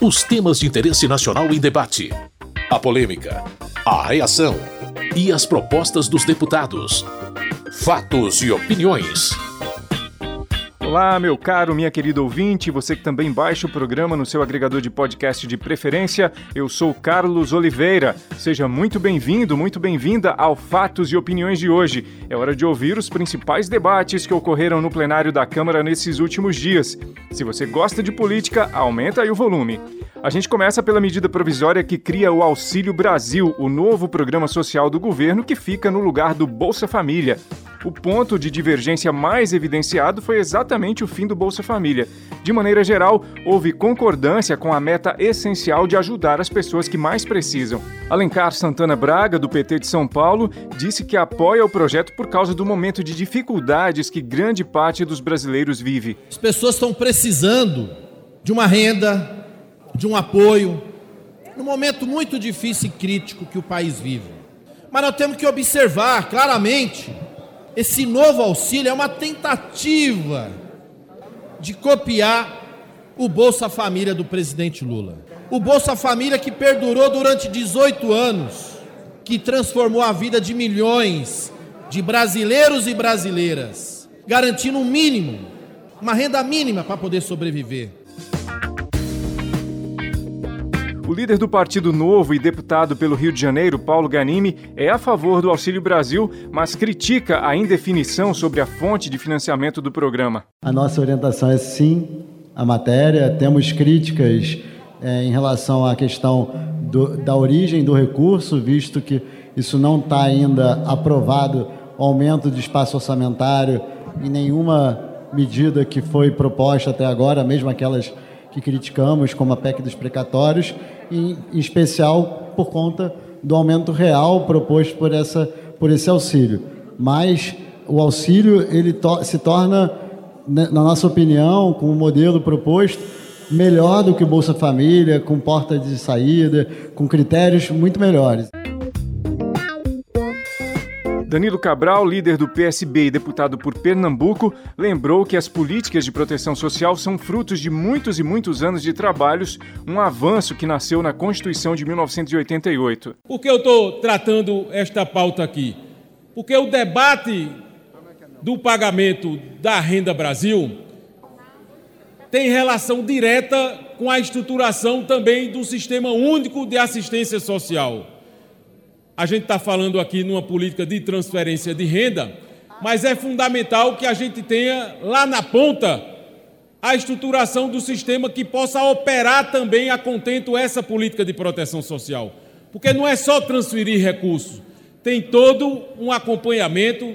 Os temas de interesse nacional em debate. A polêmica, a reação e as propostas dos deputados. Fatos e opiniões. Olá, meu caro, minha querida ouvinte, você que também baixa o programa no seu agregador de podcast de preferência, eu sou Carlos Oliveira. Seja muito bem-vindo, muito bem-vinda ao Fatos e Opiniões de hoje. É hora de ouvir os principais debates que ocorreram no plenário da Câmara nesses últimos dias. Se você gosta de política, aumenta aí o volume. A gente começa pela medida provisória que cria o Auxílio Brasil, o novo programa social do governo que fica no lugar do Bolsa Família. O ponto de divergência mais evidenciado foi exatamente o fim do Bolsa Família. De maneira geral, houve concordância com a meta essencial de ajudar as pessoas que mais precisam. Alencar Santana Braga, do PT de São Paulo, disse que apoia o projeto por causa do momento de dificuldades que grande parte dos brasileiros vive. As pessoas estão precisando de uma renda, de um apoio, num momento muito difícil e crítico que o país vive. Mas nós temos que observar claramente: esse novo auxílio é uma tentativa de copiar o Bolsa Família do presidente Lula. O Bolsa Família que perdurou durante 18 anos, que transformou a vida de milhões de brasileiros e brasileiras, garantindo um mínimo, uma renda mínima para poder sobreviver. O líder do Partido Novo e deputado pelo Rio de Janeiro, Paulo Ganimi, é a favor do Auxílio Brasil, mas critica a indefinição sobre a fonte de financiamento do programa. A nossa orientação é sim a matéria. Temos críticas em relação à questão da origem do recurso, visto que isso não está ainda aprovado, o aumento de espaço orçamentário em nenhuma medida que foi proposta até agora, mesmo aquelas que criticamos, como a PEC dos precatórios, em especial por conta do aumento real proposto por esse auxílio. Mas o auxílio ele se torna, na nossa opinião, com o modelo proposto, melhor do que o Bolsa Família, com porta de saída, com critérios muito melhores. Danilo Cabral, líder do PSB e deputado por Pernambuco, lembrou que as políticas de proteção social são frutos de muitos e muitos anos de trabalhos, um avanço que nasceu na Constituição de 1988. Por que eu estou tratando esta pauta aqui? Porque o debate do pagamento da Renda Brasil tem relação direta com a estruturação também do Sistema Único de Assistência Social. A gente está falando aqui numa política de transferência de renda, mas é fundamental que a gente tenha lá na ponta a estruturação do sistema que possa operar também a contento essa política de proteção social. Porque não é só transferir recursos, tem todo um acompanhamento.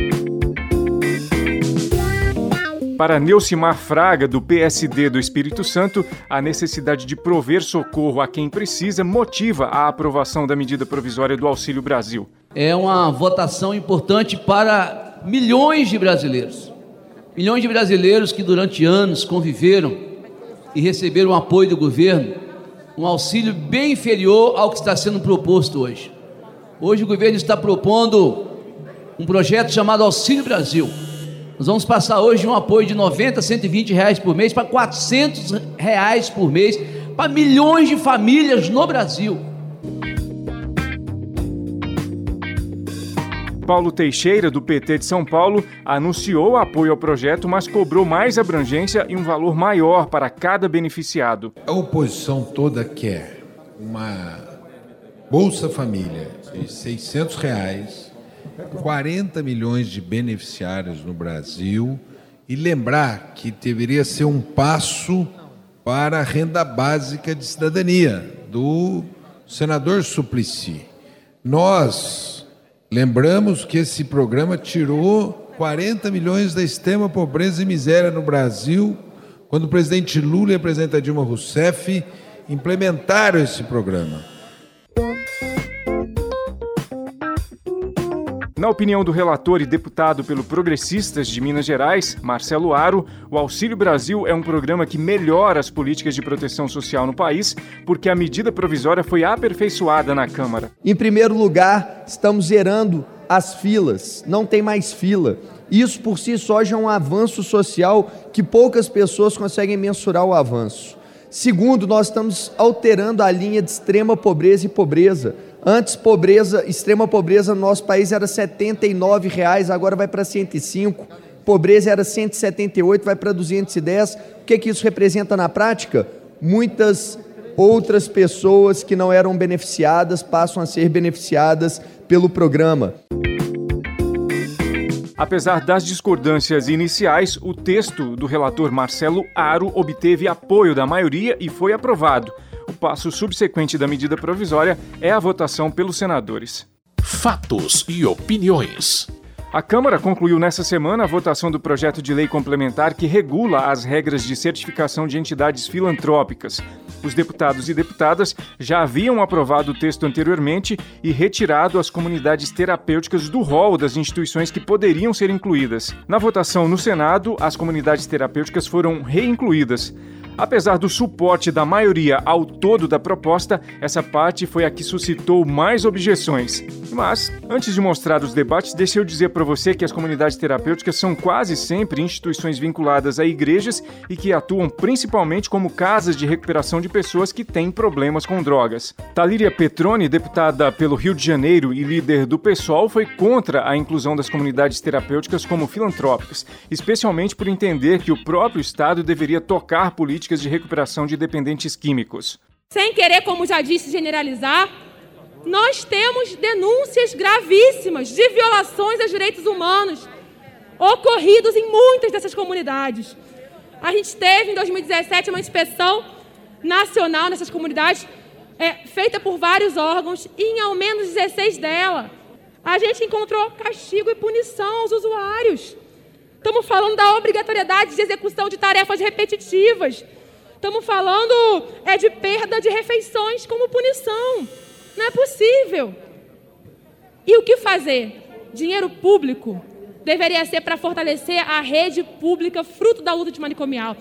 Para Neucimar Fraga, do PSD do Espírito Santo, a necessidade de prover socorro a quem precisa motiva a aprovação da medida provisória do Auxílio Brasil. É uma votação importante para milhões de brasileiros. Milhões de brasileiros que durante anos conviveram e receberam o apoio do governo, um auxílio bem inferior ao que está sendo proposto hoje. Hoje o governo está propondo um projeto chamado Auxílio Brasil. Nós vamos passar hoje um apoio de R$90 a R$120 por mês para R$400 por mês para milhões de famílias no Brasil. Paulo Teixeira, do PT de São Paulo, anunciou apoio ao projeto, mas cobrou mais abrangência e um valor maior para cada beneficiado. A oposição toda quer uma Bolsa Família de R$600, 40 milhões de beneficiários no Brasil, e lembrar que deveria ser um passo para a renda básica de cidadania do senador Suplicy. Nós lembramos que esse programa tirou 40 milhões da extrema pobreza e miséria no Brasil, quando o presidente Lula e a presidenta Dilma Rousseff implementaram esse programa. Na opinião do relator e deputado pelo Progressistas de Minas Gerais, Marcelo Aro, o Auxílio Brasil é um programa que melhora as políticas de proteção social no país, porque a medida provisória foi aperfeiçoada na Câmara. Em primeiro lugar, estamos zerando as filas, não tem mais fila. Isso por si só já é um avanço social que poucas pessoas conseguem mensurar o avanço. Segundo, nós estamos alterando a linha de extrema pobreza e pobreza. Antes, extrema pobreza no nosso país era R$ 79, agora vai para 105. Pobreza era 178, vai para 210. O que isso representa na prática? Muitas outras pessoas que não eram beneficiadas passam a ser beneficiadas pelo programa. Apesar das discordâncias iniciais, o texto do relator Marcelo Aro obteve apoio da maioria e foi aprovado. O passo subsequente da medida provisória é a votação pelos senadores. Fatos e opiniões. A Câmara concluiu nesta semana a votação do projeto de lei complementar que regula as regras de certificação de entidades filantrópicas. Os deputados e deputadas já haviam aprovado o texto anteriormente e retirado as comunidades terapêuticas do rol das instituições que poderiam ser incluídas. Na votação no Senado, as comunidades terapêuticas foram reincluídas. Apesar do suporte da maioria ao todo da proposta, essa parte foi a que suscitou mais objeções. Mas, antes de mostrar os debates, deixa eu dizer para você que as comunidades terapêuticas são quase sempre instituições vinculadas a igrejas e que atuam principalmente como casas de recuperação de pessoas que têm problemas com drogas. Talíria Petroni, deputada pelo Rio de Janeiro e líder do PSOL, foi contra a inclusão das comunidades terapêuticas como filantrópicas, especialmente por entender que o próprio Estado deveria tocar políticas de recuperação de dependentes químicos. Sem querer, como já disse, generalizar, nós temos denúncias gravíssimas de violações aos direitos humanos ocorridos em muitas dessas comunidades. A gente teve, em 2017, uma inspeção nacional nessas comunidades, feita por vários órgãos, e em ao menos 16 delas, a gente encontrou castigo e punição aos usuários. Estamos falando da obrigatoriedade de execução de tarefas repetitivas. Estamos falando de perda de refeições como punição. Não é possível. E o que fazer? Dinheiro público deveria ser para fortalecer a rede pública fruto da luta antimanicomial.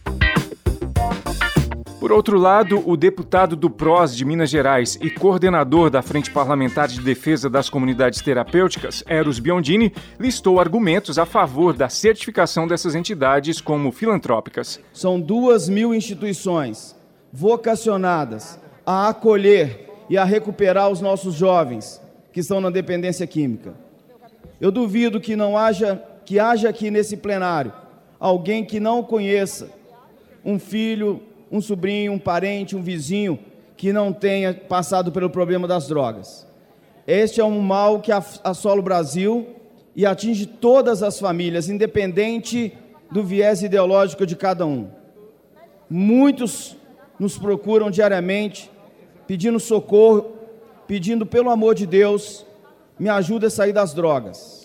Por outro lado, o deputado do PROS de Minas Gerais e coordenador da Frente Parlamentar de Defesa das Comunidades Terapêuticas, Eros Biondini, listou argumentos a favor da certificação dessas entidades como filantrópicas. São 2.000 instituições vocacionadas a acolher e a recuperar os nossos jovens que estão na dependência química. Eu duvido que haja aqui nesse plenário alguém que não conheça um filho, um sobrinho, um parente, um vizinho que não tenha passado pelo problema das drogas. Este é um mal que assola o Brasil e atinge todas as famílias, independente do viés ideológico de cada um. Muitos nos procuram diariamente, pedindo socorro, pedindo, pelo amor de Deus, me ajuda a sair das drogas.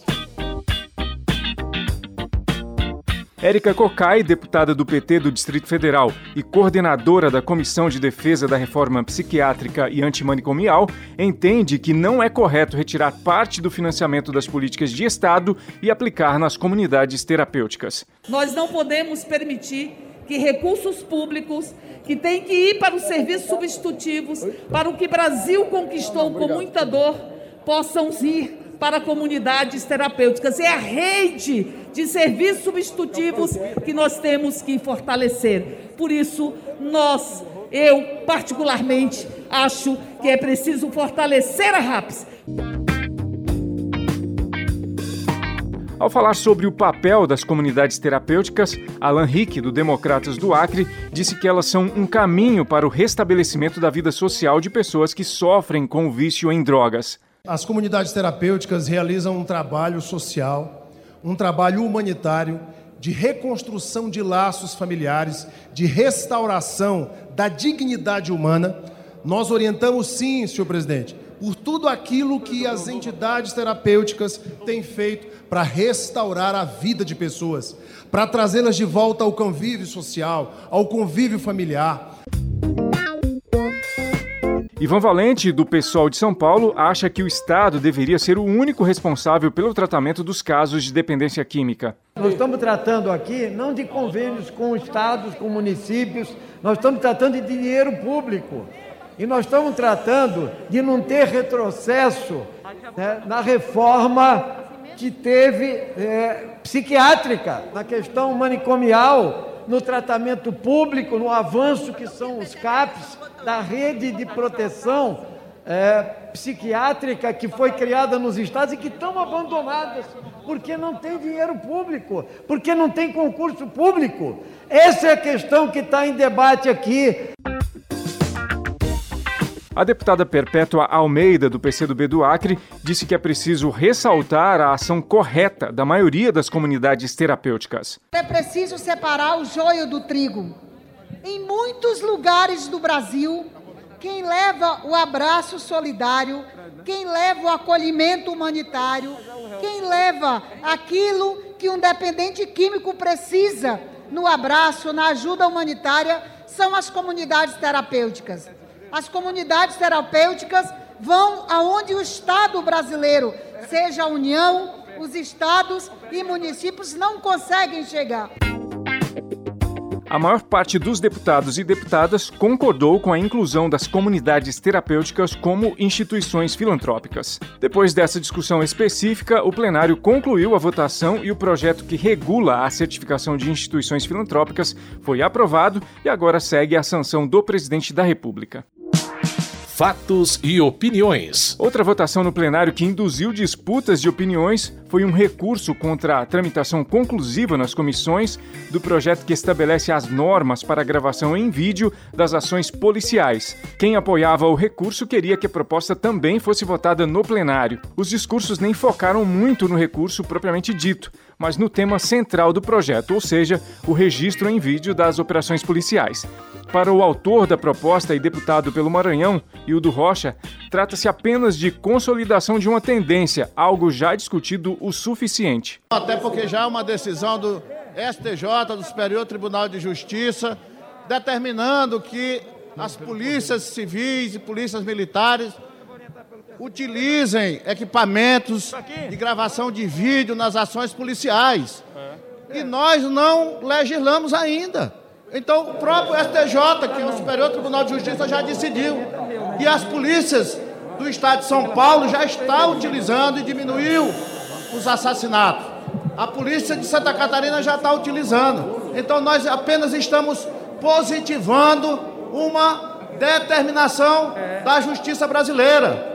Érica Cocai, deputada do PT do Distrito Federal e coordenadora da Comissão de Defesa da Reforma Psiquiátrica e Antimanicomial, entende que não é correto retirar parte do financiamento das políticas de Estado e aplicar nas comunidades terapêuticas. Nós não podemos permitir que recursos públicos que têm que ir para os serviços substitutivos, para o que o Brasil conquistou com muita dor, possam ir para comunidades terapêuticas. É a rede de serviços substitutivos que nós temos que fortalecer. Por isso, eu particularmente, acho que é preciso fortalecer a RAPS. Ao falar sobre o papel das comunidades terapêuticas, Alan Rick, do Democratas do Acre, disse que elas são um caminho para o restabelecimento da vida social de pessoas que sofrem com o vício em drogas. As comunidades terapêuticas realizam um trabalho social, um trabalho humanitário, de reconstrução de laços familiares, de restauração da dignidade humana. Nós orientamos sim, senhor presidente, por tudo aquilo que as entidades terapêuticas têm feito para restaurar a vida de pessoas, para trazê-las de volta ao convívio social, ao convívio familiar. Ivan Valente, do PSOL de São Paulo, acha que o Estado deveria ser o único responsável pelo tratamento dos casos de dependência química. Nós estamos tratando aqui não de convênios com estados, com municípios, nós estamos tratando de dinheiro público. E nós estamos tratando de não ter retrocesso, né, na reforma que teve psiquiátrica, na questão manicomial, no tratamento público, no avanço que são os CAPs, da rede de proteção psiquiátrica que foi criada nos estados e que estão abandonadas, porque não tem dinheiro público, porque não tem concurso público. Essa é a questão que está em debate aqui. A deputada Perpétua Almeida, do PCdoB do Acre, disse que é preciso ressaltar a ação correta da maioria das comunidades terapêuticas. É preciso separar o joio do trigo. Em muitos lugares do Brasil, quem leva o abraço solidário, quem leva o acolhimento humanitário, quem leva aquilo que um dependente químico precisa no abraço, na ajuda humanitária, são as comunidades terapêuticas. As comunidades terapêuticas vão aonde o Estado brasileiro, seja a União, os estados e municípios, não conseguem chegar. A maior parte dos deputados e deputadas concordou com a inclusão das comunidades terapêuticas como instituições filantrópicas. Depois dessa discussão específica, o plenário concluiu a votação e o projeto que regula a certificação de instituições filantrópicas foi aprovado e agora segue a sanção do presidente da República. Fatos e opiniões. Outra votação no plenário que induziu disputas de opiniões foi um recurso contra a tramitação conclusiva nas comissões do projeto que estabelece as normas para a gravação em vídeo das ações policiais. Quem apoiava o recurso queria que a proposta também fosse votada no plenário. Os discursos nem focaram muito no recurso propriamente dito, mas no tema central do projeto, ou seja, o registro em vídeo das operações policiais. Para o autor da proposta e deputado pelo Maranhão, Hildo Rocha, trata-se apenas de consolidação de uma tendência, algo já discutido o suficiente. Até porque já é uma decisão do STJ, do Superior Tribunal de Justiça, determinando que as polícias civis e polícias militares utilizem equipamentos de gravação de vídeo nas ações policiais. E nós não legislamos ainda. Então, o próprio STJ, que é o Superior Tribunal de Justiça, já decidiu. E as polícias do Estado de São Paulo já estão utilizando e diminuiu os assassinatos. A polícia de Santa Catarina já está utilizando. Então, nós apenas estamos positivando uma determinação da justiça brasileira.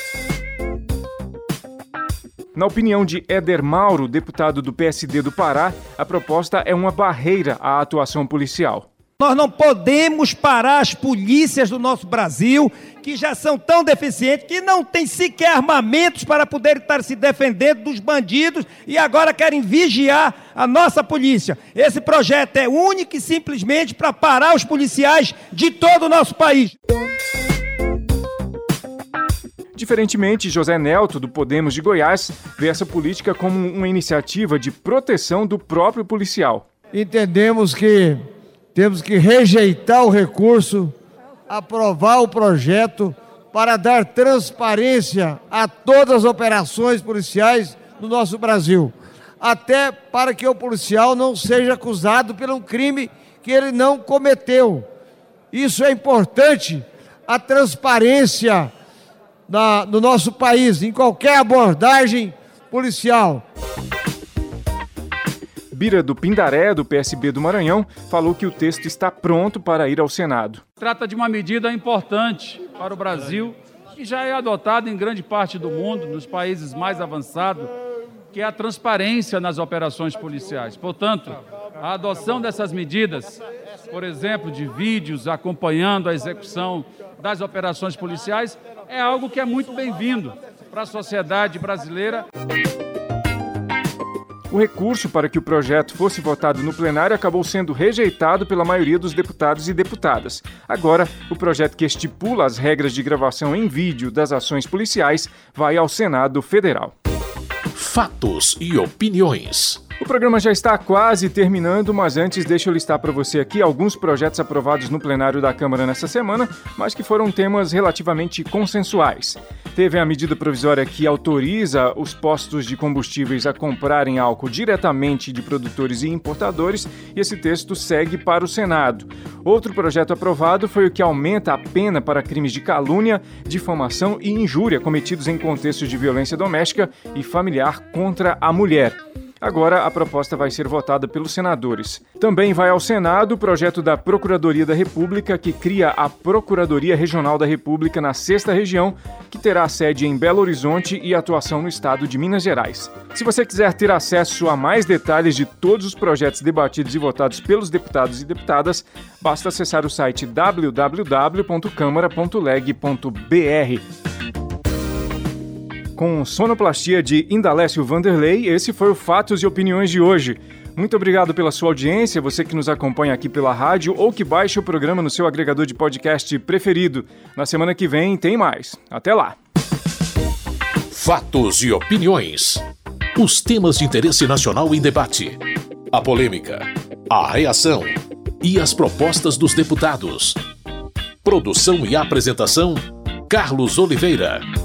Na opinião de Éder Mauro, deputado do PSD do Pará, a proposta é uma barreira à atuação policial. Nós não podemos parar as polícias do nosso Brasil, que já são tão deficientes, que não têm sequer armamentos para poder estar se defendendo dos bandidos e agora querem vigiar a nossa polícia. Esse projeto é único e simplesmente para parar os policiais de todo o nosso país. Diferentemente, José Nelto, do Podemos de Goiás, vê essa política como uma iniciativa de proteção do próprio policial. Entendemos que temos que rejeitar o recurso, aprovar o projeto para dar transparência a todas as operações policiais no nosso Brasil, até para que o policial não seja acusado por um crime que ele não cometeu. Isso é importante, a transparência no nosso país, em qualquer abordagem policial. Bira do Pindaré, do PSB do Maranhão, falou que o texto está pronto para ir ao Senado. Trata de uma medida importante para o Brasil, que já é adotada em grande parte do mundo, nos países mais avançados, que é a transparência nas operações policiais. Portanto, a adoção dessas medidas, por exemplo, de vídeos acompanhando a execução das operações policiais, é algo que é muito bem-vindo para a sociedade brasileira. O recurso para que o projeto fosse votado no plenário acabou sendo rejeitado pela maioria dos deputados e deputadas. Agora, o projeto que estipula as regras de gravação em vídeo das ações policiais vai ao Senado Federal. Fatos e opiniões. O programa já está quase terminando, mas antes deixa eu listar para você aqui alguns projetos aprovados no plenário da Câmara nessa semana, mas que foram temas relativamente consensuais. Teve a medida provisória que autoriza os postos de combustíveis a comprarem álcool diretamente de produtores e importadores, e esse texto segue para o Senado. Outro projeto aprovado foi o que aumenta a pena para crimes de calúnia, difamação e injúria cometidos em contextos de violência doméstica e familiar contra a mulher. Agora a proposta vai ser votada pelos senadores. Também vai ao Senado o projeto da Procuradoria da República, que cria a Procuradoria Regional da República na 6ª Região, que terá sede em Belo Horizonte e atuação no estado de Minas Gerais. Se você quiser ter acesso a mais detalhes de todos os projetos debatidos e votados pelos deputados e deputadas, basta acessar o site www.câmara.leg.br. Com sonoplastia de Indalécio Vanderlei, esse foi o Fatos e Opiniões de hoje. Muito obrigado pela sua audiência, você que nos acompanha aqui pela rádio ou que baixa o programa no seu agregador de podcast preferido. Na semana que vem tem mais. Até lá! Fatos e Opiniões. Os temas de interesse nacional em debate. A polêmica, a reação e as propostas dos deputados. Produção e apresentação, Carlos Oliveira.